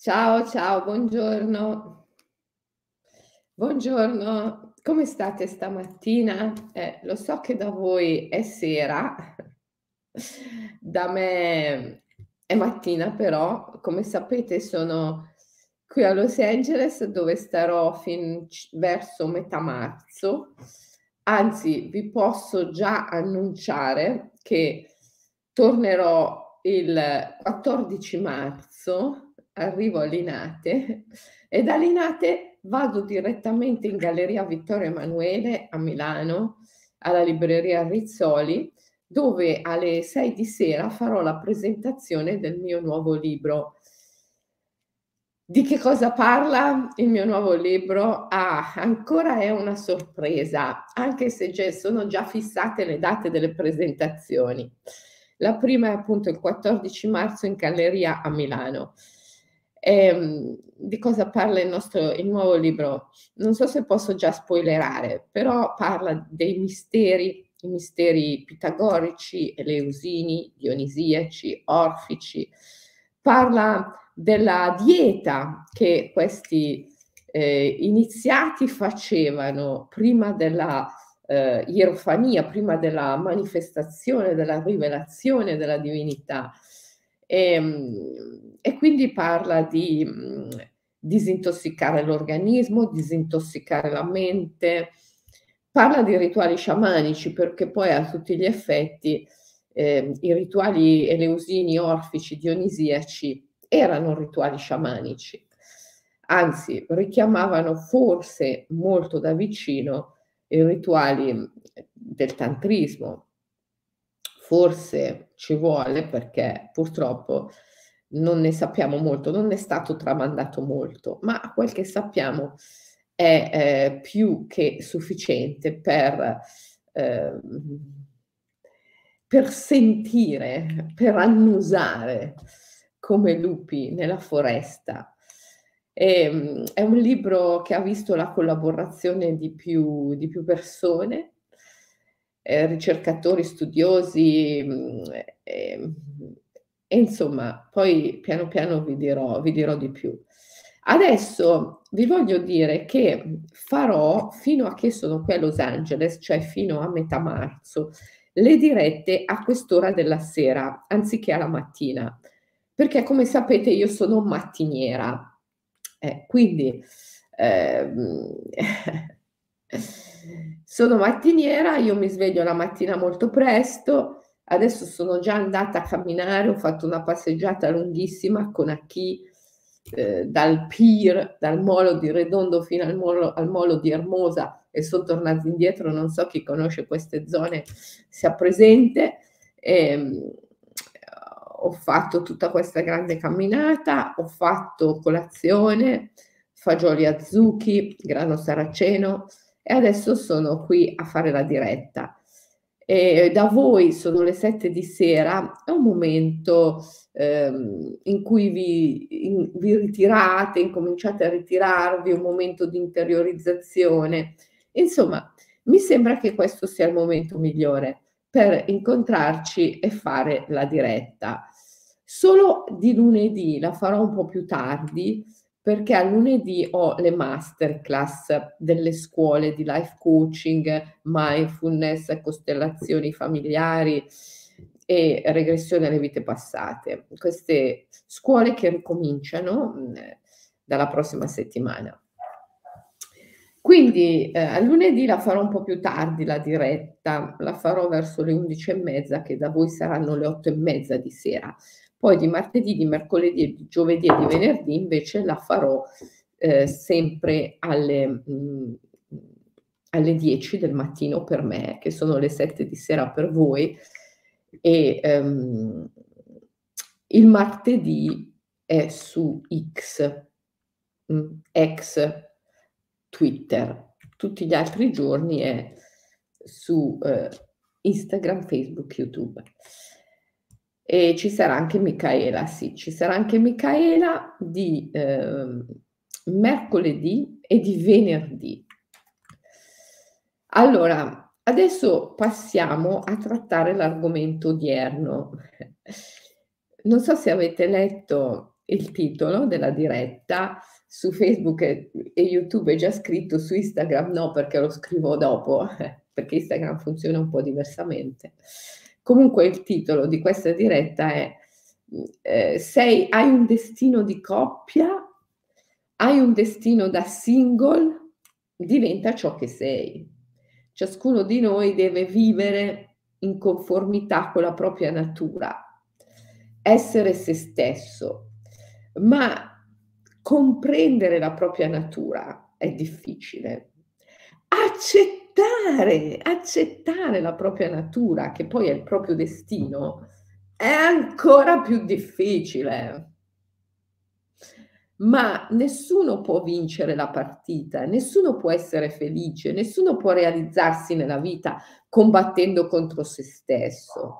Ciao, ciao, buongiorno. Buongiorno, come state stamattina? Lo so che da voi è sera, da me è mattina però, come sapete sono qui a Los Angeles dove starò verso metà marzo. Anzi, vi posso già annunciare che tornerò il 14 marzo, arrivo a Linate e da Linate vado direttamente in Galleria Vittorio Emanuele a Milano, alla libreria Rizzoli, dove alle 6 di sera farò la presentazione del mio nuovo libro. Di che cosa parla il mio nuovo libro? Ancora è una sorpresa, anche se sono già fissate le date delle presentazioni. La prima è appunto il 14 marzo in Galleria a Milano. Di cosa parla il nuovo libro? Non so se posso già spoilerare, però parla dei misteri, i misteri pitagorici, eleusini, dionisiaci, orfici. Parla della dieta che questi iniziati facevano prima della ierofania, prima della manifestazione, della rivelazione della divinità. E quindi parla di disintossicare l'organismo, disintossicare la mente, parla di rituali sciamanici perché poi a tutti gli effetti i rituali eleusini, orfici, dionisiaci erano rituali sciamanici, anzi richiamavano forse molto da vicino i rituali del tantrismo. Forse ci vuole perché purtroppo non ne sappiamo molto, non è stato tramandato molto, ma quel che sappiamo è più che sufficiente ehm, per sentire, per annusare come lupi nella foresta. È un libro che ha visto la collaborazione di più persone, ricercatori, studiosi, ehm, e insomma poi piano piano vi dirò di più. Adesso vi voglio dire che farò, fino a che sono qui a Los Angeles, cioè fino a metà marzo, le dirette a quest'ora della sera, anziché alla mattina, perché come sapete io sono mattiniera. Quindi, ehm, sono mattiniera, io mi sveglio la mattina molto presto, adesso sono già andata a camminare, ho fatto una passeggiata lunghissima con Achille, dal pier, dal molo di Redondo fino al molo di Ermosa e son tornata indietro, non so chi conosce queste zone sia presente. Ehm, Ho fatto tutta questa grande camminata, ho fatto colazione, fagioli a zucchi, grano saraceno e adesso sono qui a fare la diretta. Da voi sono le 7 di sera, è un momento, in cui vi ritirate, incominciate a ritirarvi, un momento di interiorizzazione. Insomma, mi sembra che questo sia il momento migliore per incontrarci e fare la diretta. Solo di lunedì la farò un po' più tardi, perché a lunedì ho le masterclass delle scuole di life coaching, mindfulness, costellazioni familiari e regressione alle vite passate. Queste scuole che ricominciano, dalla prossima settimana. Quindi, a lunedì la farò un po' più tardi la diretta, la farò verso le 11:30 che da voi saranno le 8:30 di sera. Poi di martedì, di mercoledì e di giovedì e di venerdì invece la farò, sempre alle 10 del mattino per me, che sono le 7 di sera per voi e, il martedì è su X, ex Twitter. Tutti gli altri giorni è su, Instagram, Facebook, YouTube. E ci sarà anche Micaela, sì, ci sarà anche Micaela di, mercoledì e di venerdì. Allora, adesso passiamo a trattare l'argomento odierno. Non so se avete letto il titolo della diretta, su Facebook e YouTube è già scritto, su Instagram no, perché lo scrivo dopo, perché Instagram funziona un po' diversamente. Comunque il titolo di questa diretta è, hai un destino di coppia, hai un destino da single, diventa ciò che sei. Ciascuno di noi deve vivere in conformità con la propria natura, essere se stesso, ma comprendere la propria natura è difficile. Accettare la propria natura, che poi è il proprio destino, è ancora più difficile. Ma nessuno può vincere la partita, nessuno può essere felice, nessuno può realizzarsi nella vita combattendo contro se stesso.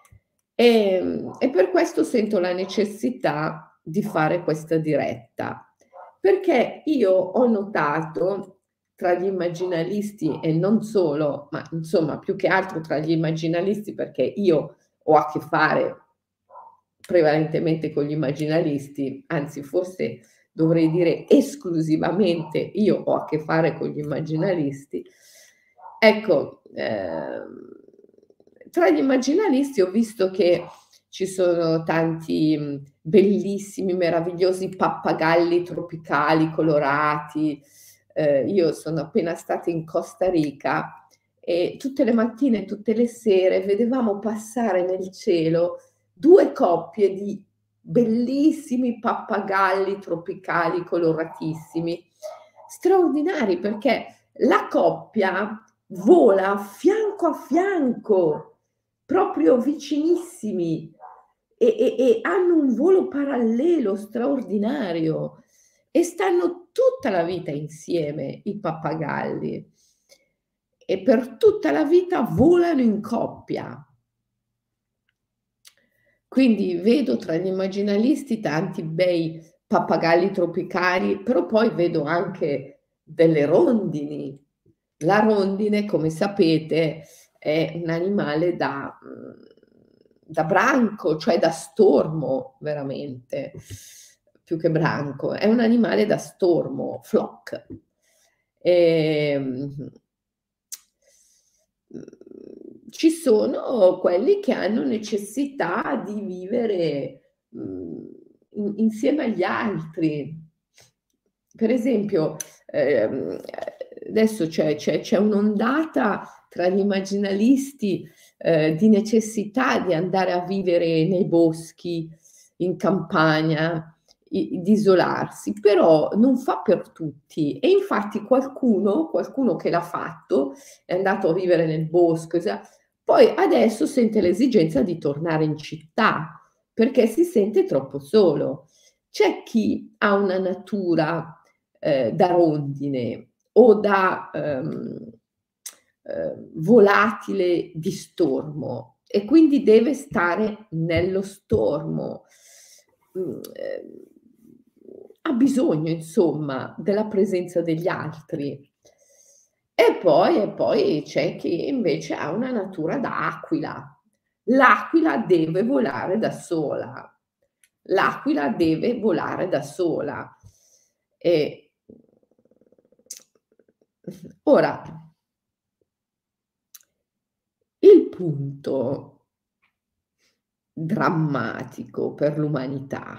E per questo sento la necessità di fare questa diretta, perché io ho notato tra gli immaginalisti e non solo, ma insomma più che altro tra gli immaginalisti, perché io ho a che fare prevalentemente con gli immaginalisti, anzi forse dovrei dire esclusivamente io ho a che fare con gli immaginalisti. Ecco, tra gli immaginalisti ho visto che ci sono tanti bellissimi, meravigliosi pappagalli tropicali colorati. Io sono appena stata in Costa Rica e tutte le mattine, tutte le sere vedevamo passare nel cielo 2 coppie di bellissimi pappagalli tropicali coloratissimi, straordinari perché la coppia vola fianco a fianco, proprio vicinissimi e hanno un volo parallelo straordinario e stanno tutta la vita insieme i pappagalli e per tutta la vita volano in coppia. Quindi vedo tra gli immaginalisti tanti bei pappagalli tropicali, però poi vedo anche delle rondini. La rondine, come sapete, è un animale da branco, cioè da stormo veramente, più che branco, è un animale da stormo, flock. Ehm, Ci sono quelli che hanno necessità di vivere, insieme agli altri. Per esempio, adesso c'è un'ondata tra gli immaginalisti, di necessità di andare a vivere nei boschi, in campagna, di isolarsi, però non fa per tutti e infatti qualcuno che l'ha fatto, è andato a vivere nel bosco, poi adesso sente l'esigenza di tornare in città, perché si sente troppo solo. C'è chi ha una natura, da rondine o da, volatile di stormo e quindi deve stare nello stormo. Ha bisogno insomma della presenza degli altri. E poi c'è chi invece ha una natura da aquila. L'aquila deve volare da sola. L'aquila deve volare da sola. E ora il punto drammatico per l'umanità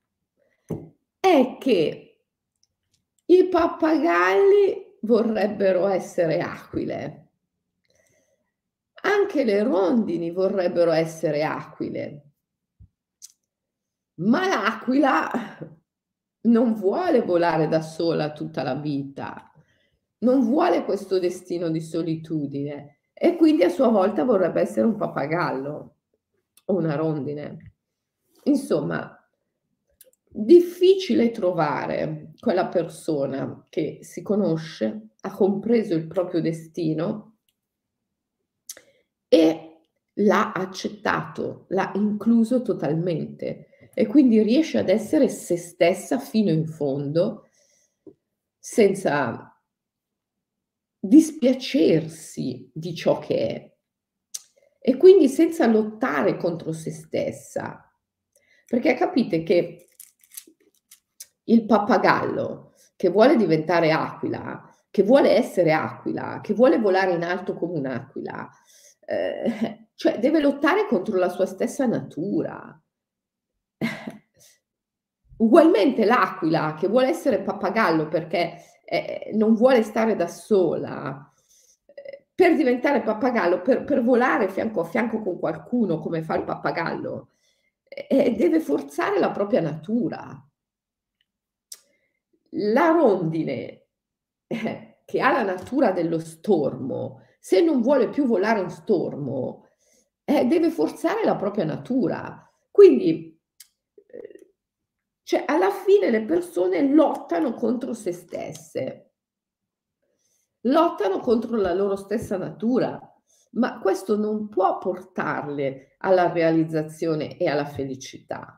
è che i pappagalli vorrebbero essere aquile. Anche le rondini vorrebbero essere aquile. Ma l'aquila non vuole volare da sola tutta la vita, non vuole questo destino di solitudine e quindi a sua volta vorrebbe essere un pappagallo o una rondine. Insomma, difficile trovare quella persona che si conosce, ha compreso il proprio destino e l'ha accettato, l'ha incluso totalmente e quindi riesce ad essere se stessa fino in fondo, senza dispiacersi di ciò che è e quindi senza lottare contro se stessa. Perché capite che Il pappagallo che vuole diventare aquila, che vuole essere aquila, che vuole volare in alto come un'aquila, cioè deve lottare contro la sua stessa natura. Ugualmente l'aquila che vuole essere pappagallo perché, non vuole stare da sola, per diventare pappagallo, per volare fianco a fianco con qualcuno come fa il pappagallo, deve forzare la propria natura. La rondine, che ha la natura dello stormo, se non vuole più volare in stormo, deve forzare la propria natura. Quindi, cioè alla fine le persone lottano contro se stesse, lottano contro la loro stessa natura, ma questo non può portarle alla realizzazione e alla felicità.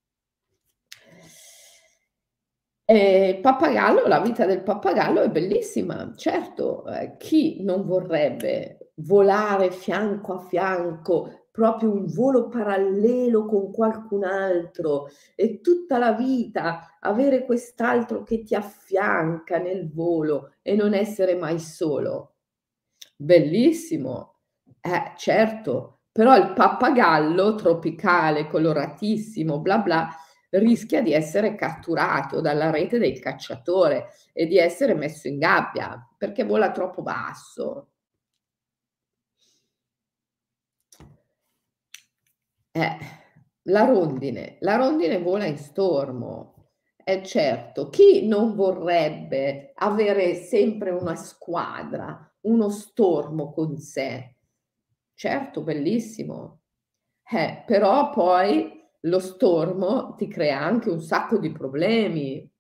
Pappagallo, la vita del pappagallo è bellissima, certo, chi non vorrebbe volare fianco a fianco, proprio un volo parallelo con qualcun altro e tutta la vita avere quest'altro che ti affianca nel volo e non essere mai solo. Bellissimo, certo, però il pappagallo tropicale, coloratissimo, bla bla, rischia di essere catturato dalla rete del cacciatore e di essere messo in gabbia, perché vola troppo basso. Eh, la rondine vola in stormo. Certo, chi non vorrebbe avere sempre una squadra, uno stormo con sé? Certo, bellissimo. Però poi lo stormo ti crea anche un sacco di problemi.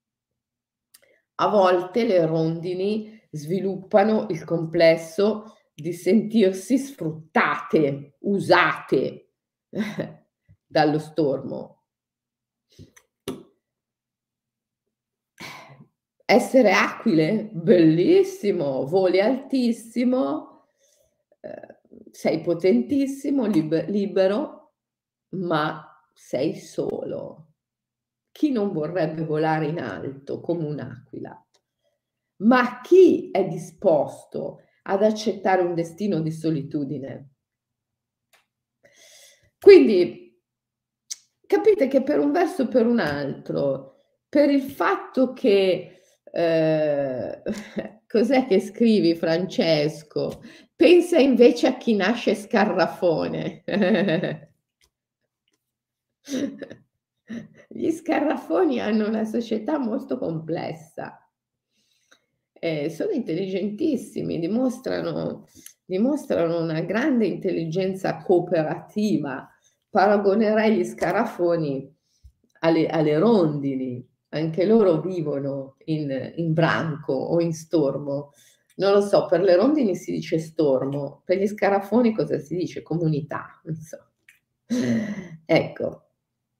A volte le rondini sviluppano il complesso di sentirsi sfruttate, usate dallo stormo. Essere aquile? Bellissimo, voli altissimo, sei potentissimo, libero, ma sei solo. Chi non vorrebbe volare in alto come un'aquila? Ma chi è disposto ad accettare un destino di solitudine? Quindi capite che per un verso o per un altro, per il fatto che cos'è che scrivi Francesco? Pensa invece a chi nasce scarrafone. Gli scarrafoni hanno una società molto complessa. Sono intelligentissimi, dimostrano una grande intelligenza cooperativa. Paragonerei gli scarafoni alle rondini, anche loro vivono in branco o in stormo. Non lo so, per le rondini si dice stormo, per gli scarafoni cosa si dice? Comunità, non so. Ecco.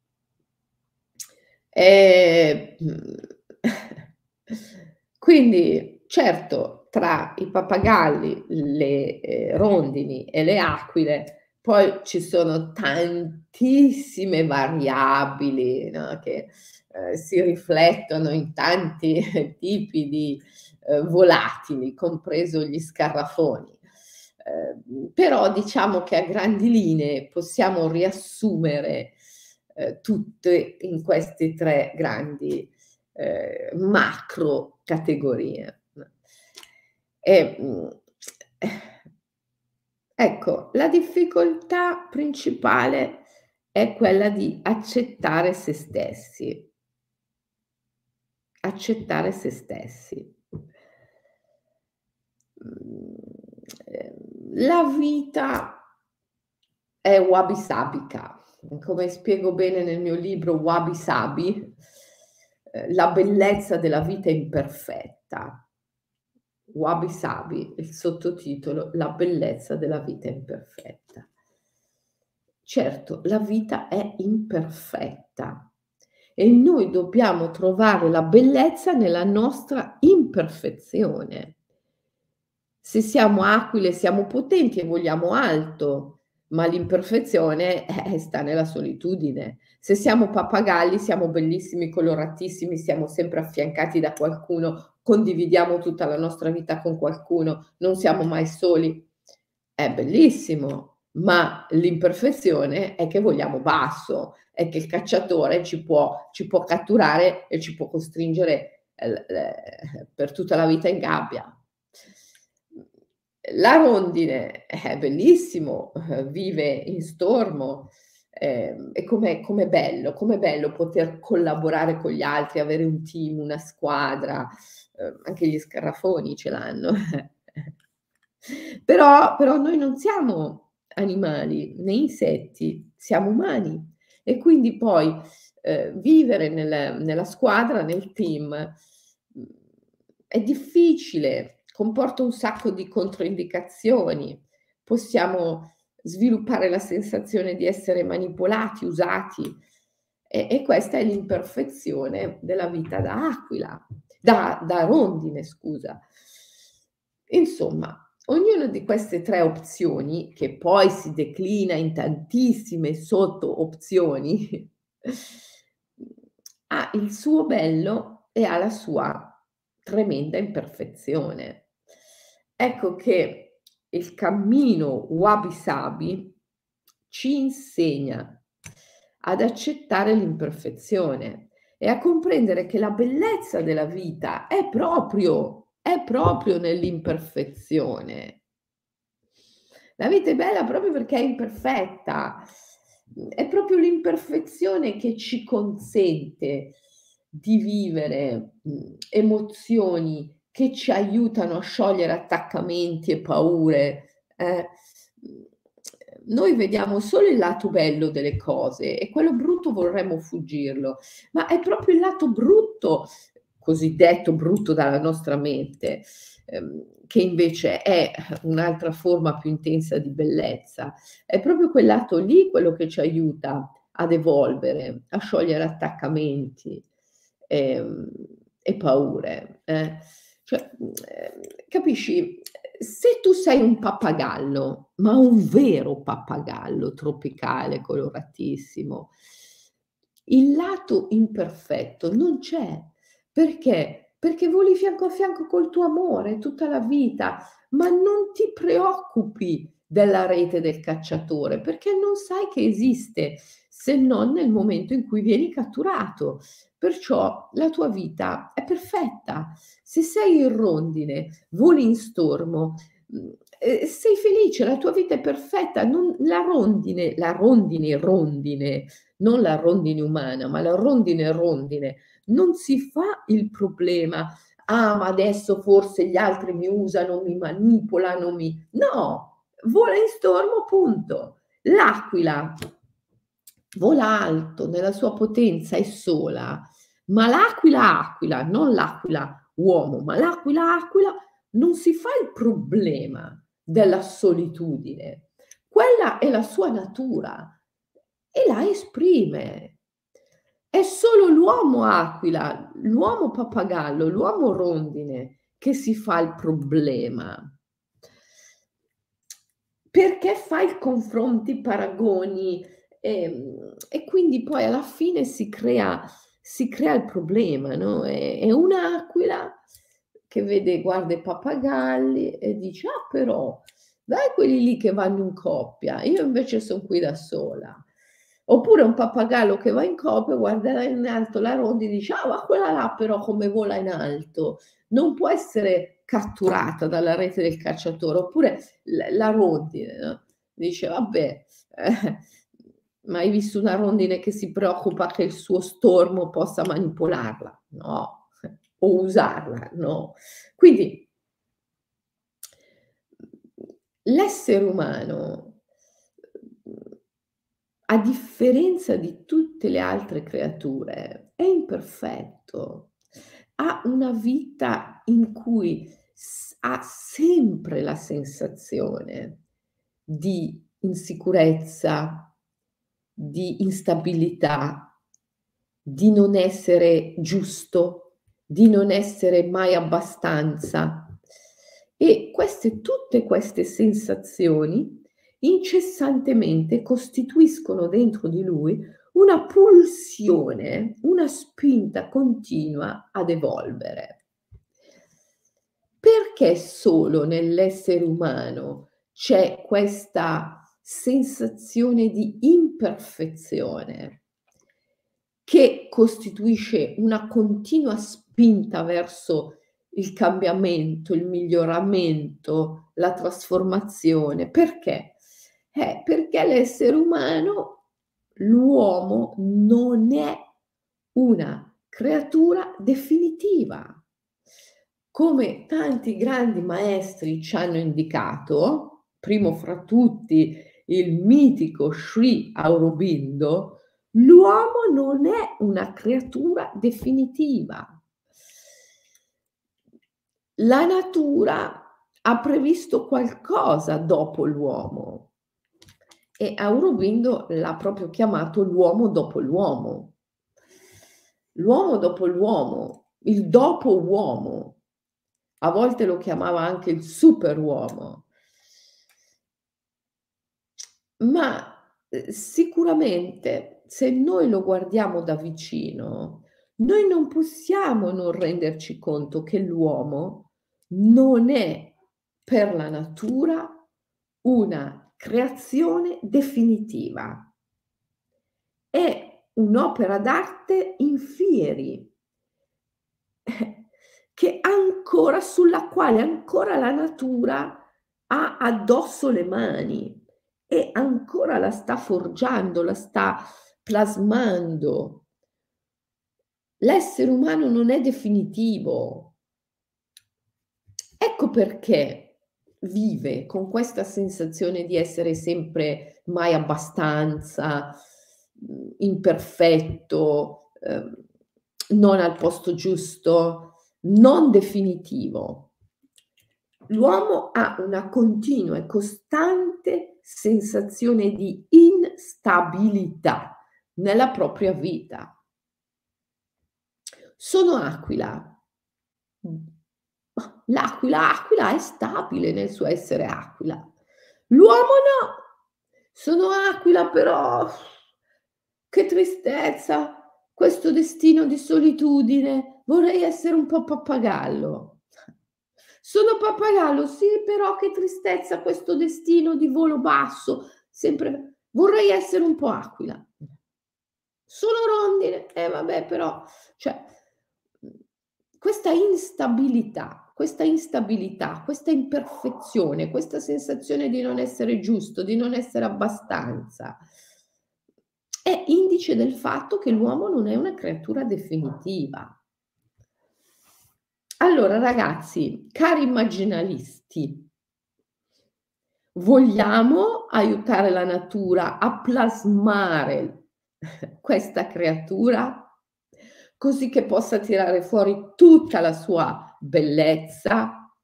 Quindi certo tra i pappagalli, le, rondini e le aquile poi ci sono tantissime variabili, no, che, si riflettono in tanti tipi di, volatili, compreso gli scarrafoni. Però diciamo che a grandi linee possiamo riassumere, tutte in queste 3 grandi, macro categorie. E, ecco, la difficoltà principale è quella di accettare se stessi. Accettare se stessi. La vita è wabi-sabica. Come spiego bene nel mio libro Wabi-sabi, la bellezza della vita imperfetta. Wabi-sabi, il sottotitolo, la bellezza della vita imperfetta. Certo, la vita è imperfetta e noi dobbiamo trovare la bellezza nella nostra imperfezione. Se siamo aquile siamo potenti e voliamo alto, ma l'imperfezione, sta nella solitudine. Se siamo pappagalli siamo bellissimi, coloratissimi, siamo sempre affiancati da qualcuno, condividiamo tutta la nostra vita con qualcuno, non siamo mai soli. È bellissimo, ma l'imperfezione è che vogliamo basso, è che il cacciatore ci può catturare e ci può costringere per tutta la vita in gabbia. La rondine è bellissimo, vive in stormo, e com'è bello poter collaborare con gli altri, avere un team, una squadra, anche gli scarafoni ce l'hanno. Però noi non siamo animali, né insetti, siamo umani e quindi poi, vivere nella squadra, nel team, è difficile, comporta un sacco di controindicazioni. Possiamo sviluppare la sensazione di essere manipolati, usati e questa è l'imperfezione della vita da aquila, da rondine scusa. Insomma, ognuna di queste 3 opzioni, che poi si declina in tantissime sotto-opzioni, ha il suo bello e ha la sua tremenda imperfezione. Ecco che il cammino Wabi Sabi ci insegna ad accettare l'imperfezione e a comprendere che la bellezza della vita è proprio nell'imperfezione. La vita è bella proprio perché è imperfetta. È proprio l'imperfezione che ci consente di vivere, emozioni che ci aiutano a sciogliere attaccamenti e paure, mhmm, noi vediamo solo il lato bello delle cose e quello brutto vorremmo fuggirlo, ma è proprio il lato brutto, cosiddetto brutto dalla nostra mente, che invece è un'altra forma più intensa di bellezza. È proprio quel lato lì quello che ci aiuta ad evolvere, a sciogliere attaccamenti, ehm, e paure, Cioè, capisci, se tu sei un pappagallo, ma un vero pappagallo tropicale, coloratissimo, il lato imperfetto non c'è. Perché? Perché voli fianco a fianco col tuo amore tutta la vita, ma non ti preoccupi della rete del cacciatore, perché non sai che esiste, se non nel momento in cui vieni catturato. Perciò la tua vita è perfetta. Se sei in rondine, voli in stormo, sei felice, la tua vita è perfetta, non la rondine, non la rondine umana, ma la rondine rondine, non si fa il problema: "Ah, ma adesso forse gli altri mi usano, mi manipolano, mi" no, vola in stormo, punto. L'aquila vola alto, nella sua potenza è sola, ma l'aquila aquila, non l'aquila uomo, ma l'aquila aquila non si fa il problema della solitudine. Quella è la sua natura e la esprime. È solo l'uomo aquila, l'uomo pappagallo, l'uomo rondine che si fa il problema. Perché fa i confronti, paragoni, e quindi poi alla fine si crea il problema, no, è un'aquila che guarda i pappagalli e dice: "Ah però, dai quelli lì che vanno in coppia, io invece son qui da sola." Oppure un pappagallo che va in coppia, guarda in alto la rondine e dice: "Ah, ma quella là però come vola in alto." Non può essere catturata dalla rete del cacciatore, oppure la rondine, no, dice: "Vabbè, eh, ma hai visto una rondine che si preoccupa che il suo stormo possa manipolarla? No, o usarla, no." Quindi l'essere umano, mhmm, a differenza di tutte le altre creature, è imperfetto. Ha una vita in cui ha sempre la sensazione di insicurezza, di instabilità, di non essere giusto, di non essere mai abbastanza. E tutte queste sensazioni incessantemente costituiscono dentro di lui una pulsione, una spinta continua ad evolvere. Perché solo nell'essere umano c'è questa sensazione di imperfezione che costituisce una continua spinta verso il cambiamento, il miglioramento, la trasformazione? Perché? Perché l'essere umano, l'uomo, non è una creatura definitiva. Come tanti grandi maestri ci hanno indicato, primo fra tutti il mitico Sri Aurobindo, l'uomo non è una creatura definitiva. La natura ha previsto qualcosa dopo l'uomo e Aurobindo l'ha proprio chiamato l'uomo dopo l'uomo. L'uomo dopo l'uomo, il dopo uomo. A volte lo chiamava anche il superuomo. Ma, sicuramente se noi lo guardiamo da vicino, noi non possiamo non renderci conto che l'uomo non è per la natura una creazione definitiva. È un'opera d'arte in fieri. Che ancora sulla quale ancora la natura ha addosso le mani e ancora la sta forgiando, la sta plasmando. L'essere umano non è definitivo. Ecco perché vive con questa sensazione di essere sempre mai abbastanza, imperfetto, non al posto giusto, non definitivo. L'uomo ha una continua e costante sensazione di instabilità nella propria vita. Sono aquila. L'aquila è stabile nel suo essere aquila. L'uomo no. Sono aquila, però che tristezza, questo destino di solitudine, vorrei essere un po' pappagallo. Sono pappagallo, sì, però che tristezza questo destino di volo basso, sempre vorrei essere un po' aquila. Sono rondine, vabbè, però cioè, questa instabilità, questa imperfezione, questa sensazione di non essere giusto, di non essere abbastanza, è indice del fatto che l'uomo non è una creatura definitiva. Allora ragazzi, cari immaginalisti, vogliamo aiutare la natura a plasmare questa creatura così che possa tirare fuori tutta la sua bellezza?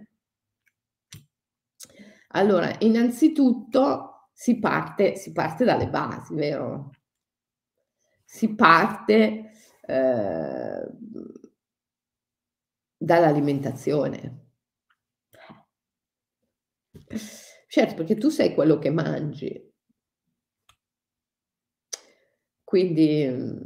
Allora, innanzitutto si parte dalle basi, vero? Si parte dall'alimentazione. Certo, perché tu sei quello che mangi. Quindi,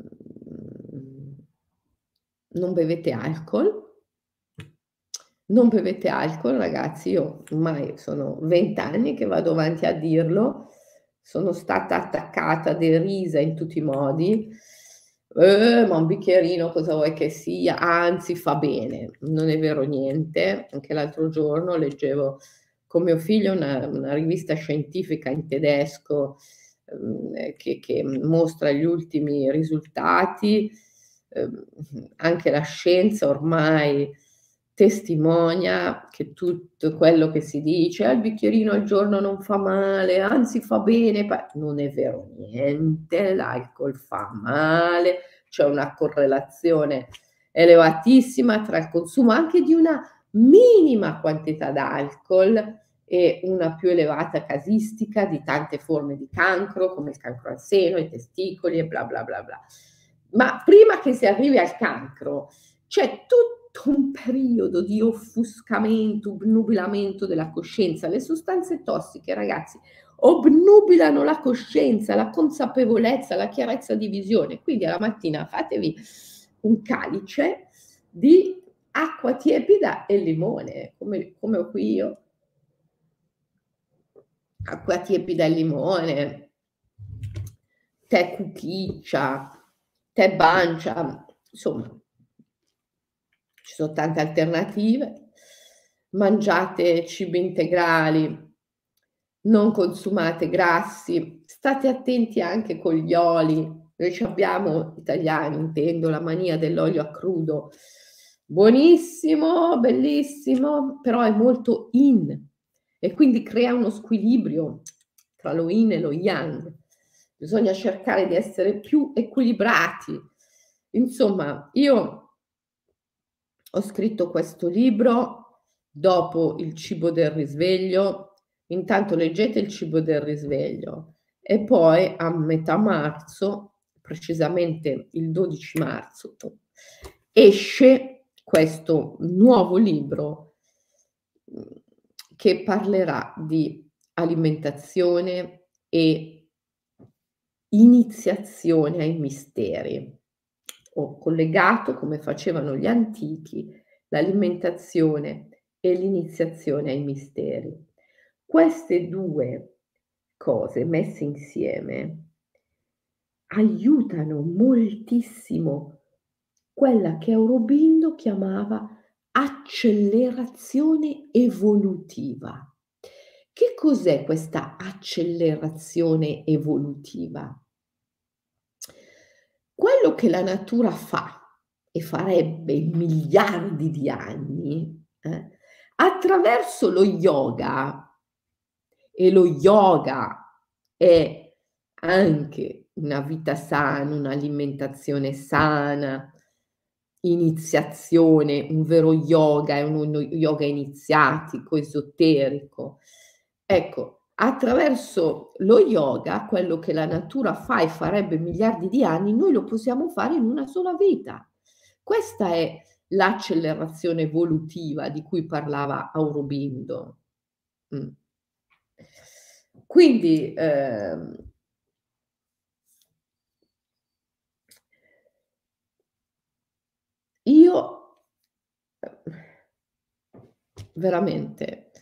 non bevete alcol. Non bevete alcol ragazzi, io ormai sono 20 anni che vado avanti a dirlo, sono stata attaccata, derisa in tutti i modi. Ma un bicchierino cosa vuoi che sia? Anzi fa bene, non è vero niente. Anche l'altro giorno leggevo con mio figlio una rivista scientifica in tedesco, che mostra gli ultimi risultati. Anche la scienza ormai testimonia che tutto quello che si dice: il bicchierino al giorno non fa male, anzi fa bene", non è vero niente, l'alcol fa male, c'è una correlazione elevatissima tra il consumo anche di una minima quantità d'alcol e una più elevata casistica di tante forme di cancro, come il cancro al seno, ai testicoli e bla bla bla bla. Ma prima che si arrivi al cancro c'è tutto un periodo di offuscamento, obnubilamento della coscienza. Le sostanze tossiche, ragazzi, obnubilano la coscienza, la consapevolezza, la chiarezza di visione. Quindi alla mattina fatevi un calice di acqua tiepida e limone, come ho qui io. Acqua tiepida e limone, tè cuchiccia, tè bancia, insomma, ci sono tante alternative. Mangiate cibi integrali, non consumate grassi, state attenti anche con gli oli. Noi abbiamo, italiani intendo, la mania dell'olio a crudo. Buonissimo, bellissimo, però è molto in e quindi crea uno squilibrio tra lo yin e lo yang. Bisogna cercare di essere più equilibrati. Insomma, io ho scritto questo libro dopo il cibo del risveglio. Intanto leggete il cibo del risveglio e poi a metà marzo, precisamente il 12 marzo, esce questo nuovo libro che parlerà di alimentazione e iniziazione ai misteri. Ho collegato, come facevano gli antichi, l'alimentazione e l'iniziazione ai misteri. Queste due cose messe insieme aiutano moltissimo quella che Aurobindo chiamava accelerazione evolutiva. Che cos'è questa accelerazione evolutiva? Quello che la natura fa e farebbe in miliardi di anni, attraverso lo yoga, e lo yoga è anche una vita sana, un'alimentazione sana, iniziazione, un vero yoga, è uno yoga iniziatico, esoterico. Ecco, attraverso lo yoga, quello che la natura fa e farebbe miliardi di anni, noi lo possiamo fare in una sola vita. Questa è l'accelerazione evolutiva di cui parlava Aurobindo. Quindi io veramente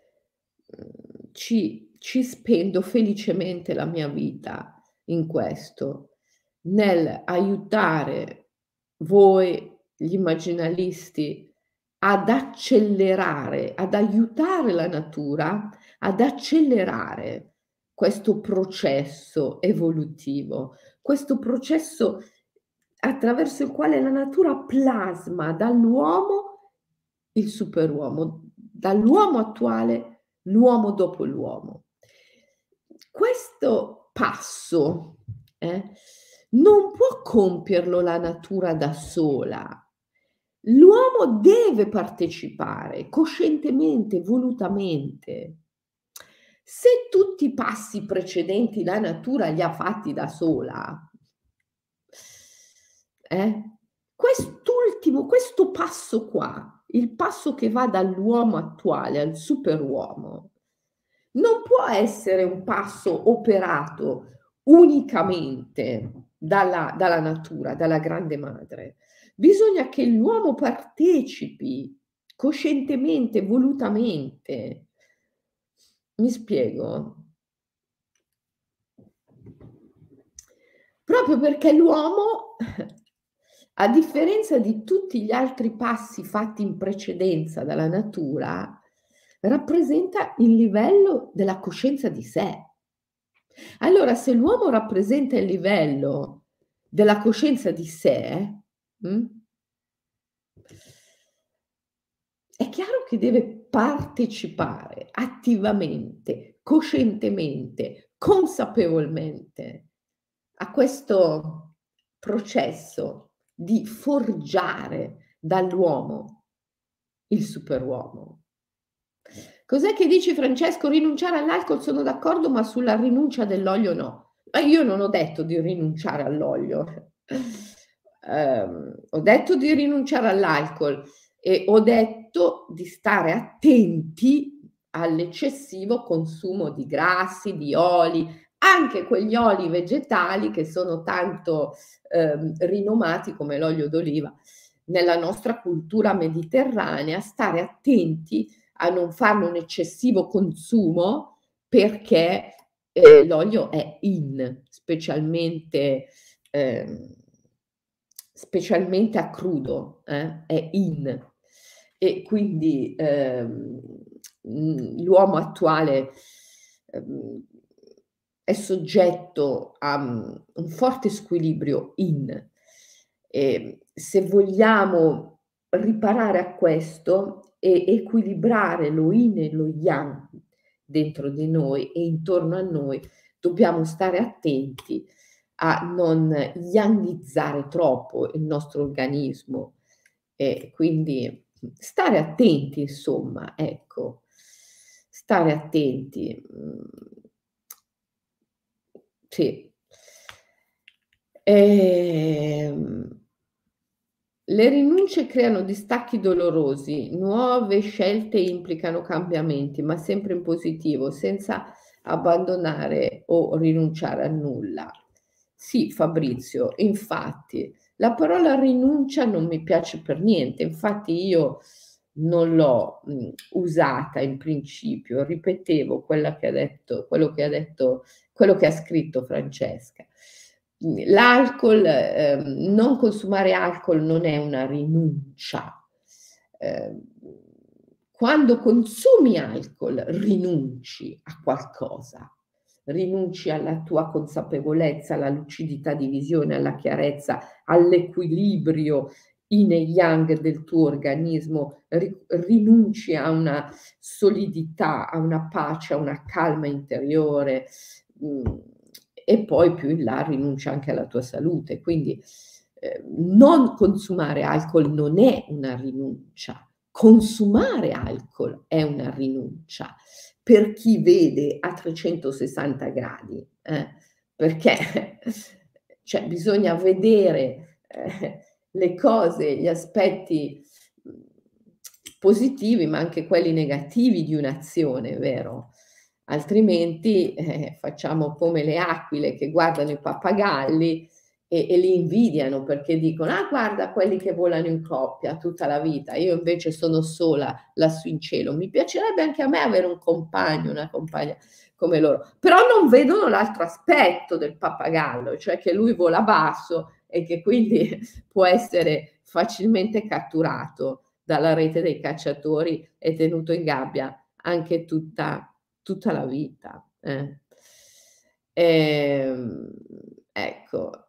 ci spendo felicemente la mia vita in questo, nel aiutare voi, gli immaginalisti, ad accelerare, ad aiutare la natura ad accelerare questo processo evolutivo, questo processo attraverso il quale la natura plasma dall'uomo il superuomo, dall'uomo attuale l'uomo dopo l'uomo. Questo passo non può compierlo la natura da sola. L'uomo deve partecipare coscientemente, volutamente. Se tutti i passi precedenti la natura li ha fatti da sola, quest'ultimo, questo passo qua, il passo che va dall'uomo attuale al superuomo, non può essere un passo operato unicamente dalla natura, dalla grande madre. Bisogna che l'uomo partecipi coscientemente, volutamente. Mi spiego? Proprio perché l'uomo, a differenza di tutti gli altri passi fatti in precedenza dalla natura, rappresenta il livello della coscienza di sé. Allora, se l'uomo rappresenta il livello della coscienza di sé, è chiaro che deve partecipare attivamente, coscientemente, consapevolmente a questo processo di forgiare dall'uomo il superuomo. Cos'è che dici, Francesco? Rinunciare all'alcol sono d'accordo, ma sulla rinuncia dell'olio no. Ma io non ho detto di rinunciare all'olio. Ho detto di rinunciare all'alcol e ho detto di stare attenti all'eccessivo consumo di grassi, di oli, anche quegli oli vegetali che sono tanto, rinomati come l'olio d'oliva nella nostra cultura mediterranea, stare attenti a non farne un eccessivo consumo perché, l'olio è in, ehm, specialmente a crudo, è in. E quindi, l'uomo attuale, ehm, è soggetto a, un forte squilibrio in. Se vogliamo riparare a questo e equilibrare lo yin e lo yang dentro di noi e intorno a noi, dobbiamo stare attenti a non yanghizzare troppo il nostro organismo e quindi stare attenti insomma, ecco. Stare attenti. Sì. Ehm Le rinunce creano distacchi dolorosi, nuove scelte implicano cambiamenti, ma sempre in positivo, senza abbandonare o rinunciare a nulla. Sì, Fabrizio, infatti, la parola rinuncia non mi piace per niente, infatti io non l'ho, usata in principio, ripetevo quella che ha detto quello che ha scritto Francesca. L'alcol, non consumare alcol non è una rinuncia. Ehm, Quando consumi alcol rinunci a qualcosa, rinunci alla tua consapevolezza, alla lucidità di visione, alla chiarezza, all'equilibrio yin e yang del tuo organismo, rinunci a una solidità, a una pace, a una calma interiore, mhmm, e poi più in là rinuncia anche alla tua salute. Quindi, non consumare alcol non è una rinuncia, consumare alcol è una rinuncia per chi vede a 360 gradi, perché cioè bisogna vedere, le cose, gli aspetti, mhmm, positivi, ma anche quelli negativi di un'azione, vero? Altrimenti, facciamo come le aquile che guardano i pappagalli e li invidiano perché dicono: "Ah, guarda quelli che volano in coppia tutta la vita, io invece sono sola lassù in cielo. Mi piacerebbe anche a me avere un compagno, una compagna come loro." Però non vedono l'altro aspetto del pappagallo, cioè che lui vola basso e che quindi può essere facilmente catturato dalla rete dei cacciatori e tenuto in gabbia anche tutta la vita, eh. Ehm, ecco,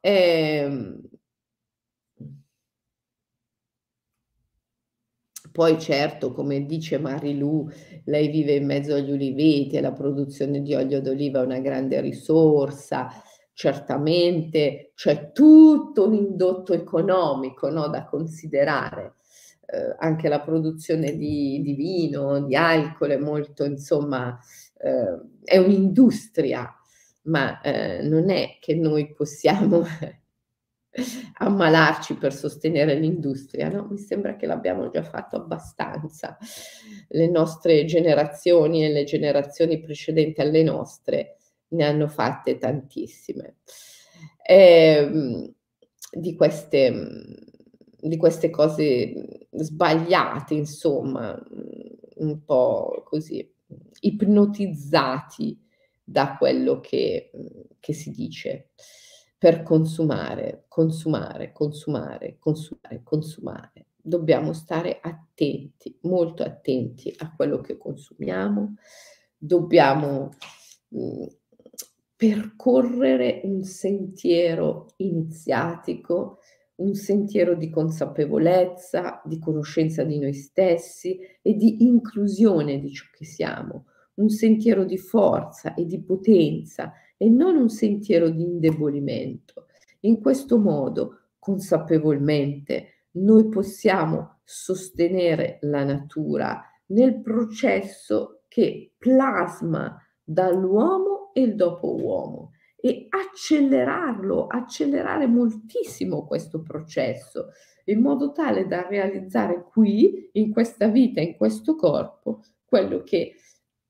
poi certo, come dice Marilù, lei vive in mezzo agli uliveti e la produzione di olio d'oliva è una grande risorsa. Certamente c'è tutto un indotto economico, no, da considerare. Anche la produzione di vino, di alcol è molto insomma, è un'industria, ma, non è che noi possiamo ammalarci per sostenere l'industria, no, mi sembra che l'abbiamo già fatto abbastanza. Le nostre generazioni e le generazioni precedenti alle nostre ne hanno fatte tantissime. Ehm, di queste di queste cose, sbagliate insomma, un po' così, ipnotizzati da quello che si dice per consumare, consumare, consumare, consumare, consumare. Dobbiamo stare attenti, molto attenti a quello che consumiamo, dobbiamo, mhmm, percorrere un sentiero iniziatico, un sentiero di consapevolezza, di conoscenza di noi stessi e di inclusione di ciò che siamo, un sentiero di forza e di potenza e non un sentiero di indebolimento. In questo modo, consapevolmente, noi possiamo sostenere la natura nel processo che plasma dall'uomo e il dopo uomo e accelerarlo, accelerare moltissimo questo processo, in modo tale da realizzare qui, in questa vita, in questo corpo, quello che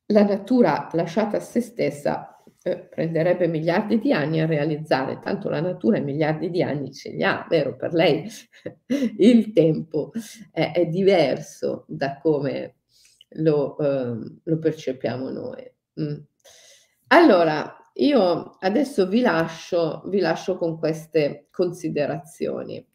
La natura lasciata a se stessa, prenderebbe miliardi di anni a realizzare, tanto la natura miliardi di anni ce li ha, vero? Per lei il tempo è diverso da come lo percepiamo noi. Allora, io adesso vi lascio con queste considerazioni.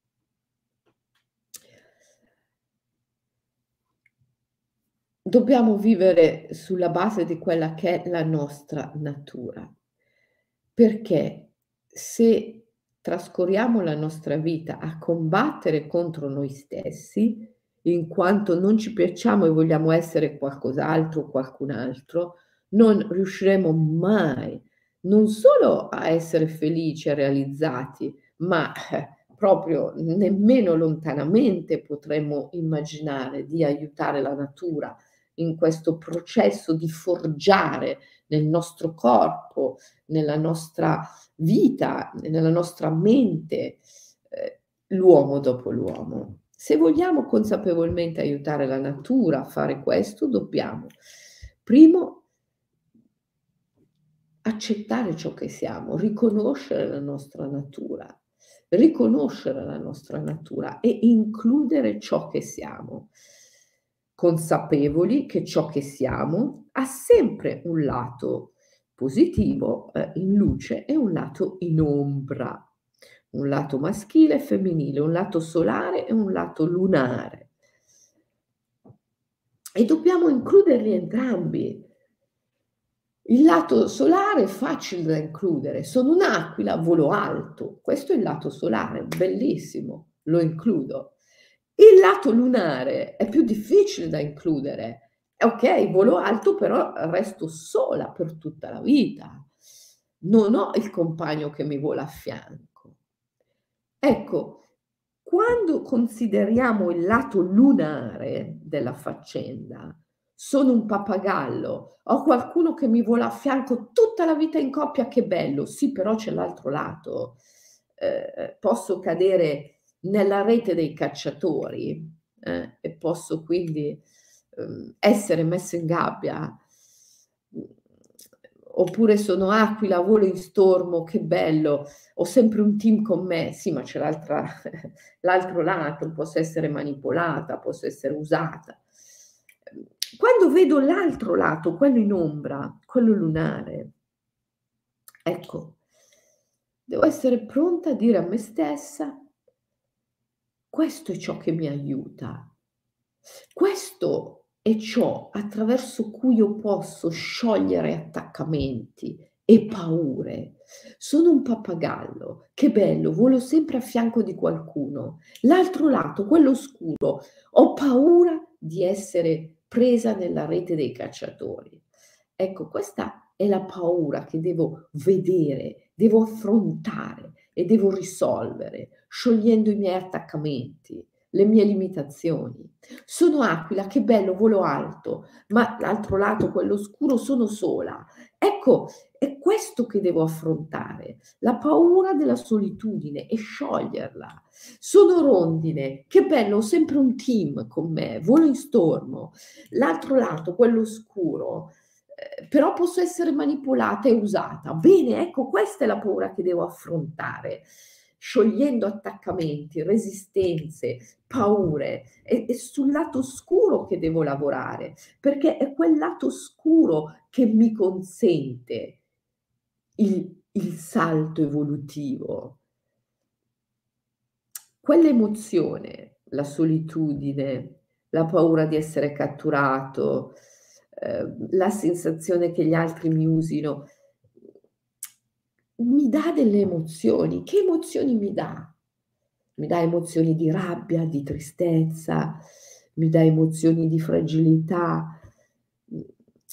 Dobbiamo vivere sulla base di quella che è la nostra natura, perché se trascorriamo la nostra vita a combattere contro noi stessi, in quanto non ci piacciamo e vogliamo essere qualcos'altro o qualcun altro, non riusciremo mai non solo a essere felici e realizzati, ma proprio nemmeno lontanamente potremmo immaginare di aiutare la natura in questo processo di forgiare nel nostro corpo, nella nostra vita, nella nostra mente, l'uomo dopo l'uomo. Se vogliamo consapevolmente aiutare la natura a fare questo, dobbiamo primo accettare ciò che siamo, riconoscere la nostra natura e includere ciò che siamo, consapevoli che ciò che siamo ha sempre un lato positivo, in luce e un lato in ombra, un lato maschile e femminile, un lato solare e un lato lunare. E dobbiamo includerli entrambi. Il lato solare è facile da includere. Sono un'aquila, volo alto. Questo è il lato solare, bellissimo, lo includo. Il lato lunare è più difficile da includere. Okay, volo alto, però resto sola per tutta la vita. Non ho il compagno che mi vola a fianco. Ecco, quando consideriamo il lato lunare della faccenda, sono un pappagallo, ho qualcuno che mi vola a fianco tutta la vita in coppia, che bello. Sì, però c'è l'altro lato. Posso cadere nella rete dei cacciatori, e posso quindi, essere messa in gabbia. Mhmm, Oppure sono aquila, volo in stormo, che bello, ho sempre un team con me. Sì, ma c'è l'altro lato, posso essere manipolata, posso essere usata. Quando vedo l'altro lato, quello in ombra, quello lunare, ecco, devo essere pronta a dire a me stessa: "Questo è ciò che mi aiuta. Questo è ciò attraverso cui io posso sciogliere attaccamenti e paure. Sono un pappagallo, che bello, volo sempre a fianco di qualcuno. L'altro lato, quello oscuro, ho paura di essere presa nella rete dei cacciatori." Ecco, questa è la paura che devo vedere, devo affrontare e devo risolvere, sciogliendo i miei attaccamenti, le mie limitazioni. Sono aquila, che bello, volo alto, ma l'altro lato, quello oscuro, sono sola. Ecco, è questo che devo affrontare, la paura della solitudine e scioglierla. Sono rondine, che bello, ho sempre un team con me, volo in stormo. L'altro lato, quello oscuro, però posso essere manipolata e usata. Bene, ecco, questa è la paura che devo affrontare, sciogliendo attaccamenti, resistenze, paure. È sul lato scuro che devo lavorare, perché è quel lato scuro che mi consente il salto evolutivo. Quell'emozione, la solitudine, la paura di essere catturato, la sensazione che gli altri mi usino, mi dà delle emozioni. Che emozioni mi dà? Mi dà emozioni di rabbia, di tristezza, mi dà emozioni di fragilità. Mhmm,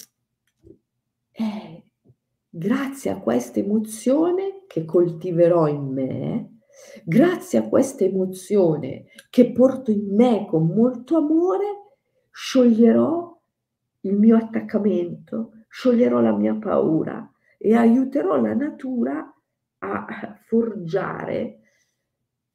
eh, Grazie a questa emozione che coltiverò in me, grazie a questa emozione che porto in me con molto amore, scioglierò il mio attaccamento, scioglierò la mia paura e aiuterò la natura a forgiare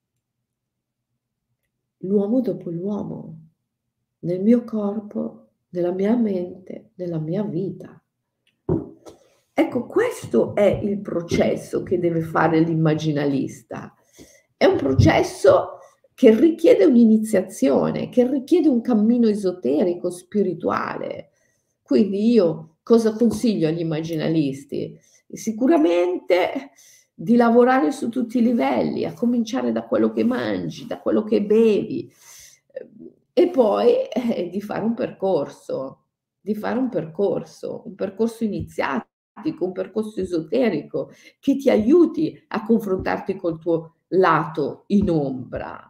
l'uomo dopo l'uomo, nel mio corpo nella mia mente, nella mia vita. Ecco, questo è il processo che deve fare l'immaginalista. È un processo che richiede un'iniziazione, che richiede un cammino esoterico, spirituale. Quindi io cosa consiglio agli immaginalisti? Sicuramente di lavorare su tutti i livelli, a cominciare da quello che mangi, da quello che bevi, e poi, di fare un percorso, un percorso iniziatico, un percorso esoterico che ti aiuti a confrontarti col tuo lato in ombra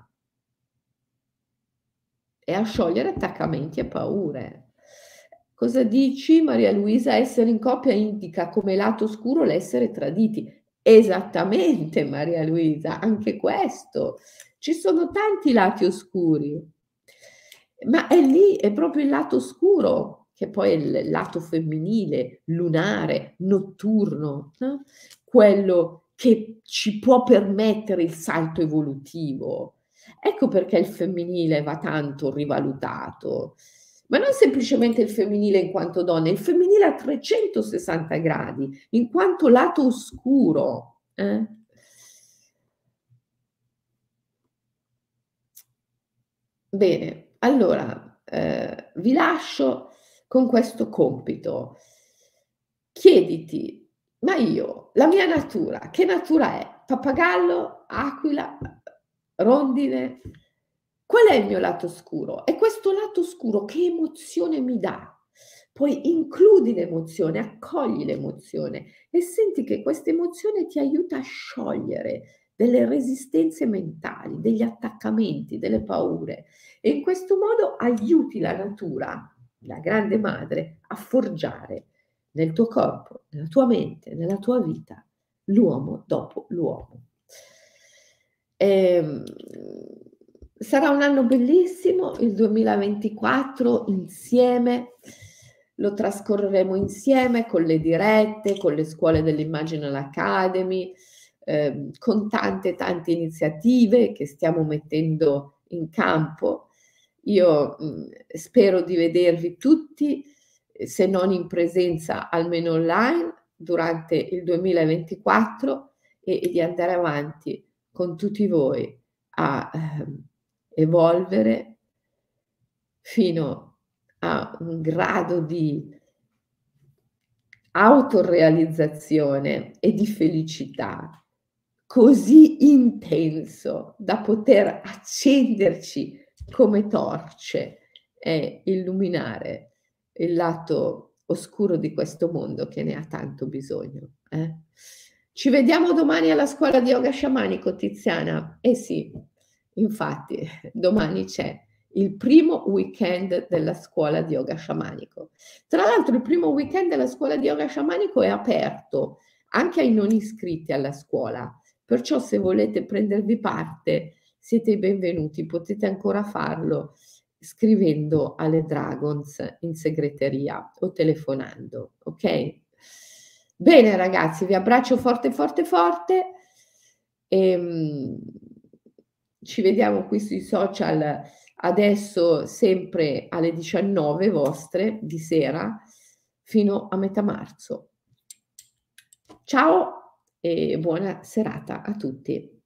e a sciogliere attaccamenti e paure. Cosa dici, Maria Luisa? Essere in coppia indica come lato oscuro l'essere traditi. Esattamente, Maria Luisa, anche questo. Ci sono tanti lati oscuri, ma è lì, è proprio il lato oscuro, che poi è il lato femminile, lunare, notturno, no, quello che ci può permettere il salto evolutivo. Ecco perché il femminile va tanto rivalutato, ma non semplicemente il femminile in quanto donna, il femminile a 360 gradi, in quanto lato oscuro, eh. Bene, allora, vi lascio con questo compito. Chiediti: "Ma io, la mia natura, che natura è? Pappagallo, aquila, rondine? Qual è il mio lato oscuro? E questo lato oscuro che emozione mi dà?" Poi includi l'emozione, accogli l'emozione e senti che questa emozione ti aiuta a sciogliere delle resistenze mentali, degli attaccamenti, delle paure e in questo modo aiuti la natura, la grande madre, a forgiare nel tuo corpo, nella tua mente, nella tua vita, l'uomo dopo l'uomo. Ehm, Sarà un anno bellissimo, il 2024 insieme, lo trascorreremo insieme con le dirette, con le scuole dell'Imaginal Academy, con tante, tante iniziative che stiamo mettendo in campo. Io, spero di vedervi tutti, se non in presenza almeno online, durante il 2024 e di andare avanti con tutti voi a, evolvere fino a un grado di autorealizzazione e di felicità così intenso da poter accenderci come torce e illuminare il lato oscuro di questo mondo che ne ha tanto bisogno, eh. Ci vediamo domani alla scuola di yoga sciamanico, Tiziana? Eh sì, infatti domani c'è il primo weekend della scuola di yoga sciamanico. Tra l'altro il primo weekend della scuola di yoga sciamanico è aperto anche ai non iscritti alla scuola, perciò se volete prendervi parte siete i benvenuti, potete ancora farlo scrivendo alle Dragons in segreteria o telefonando, ok? Bene ragazzi, vi abbraccio forte, forte, forte. Ehm, Ci vediamo qui sui social adesso sempre alle 19 vostre di sera fino a metà marzo. Ciao e buona serata a tutti.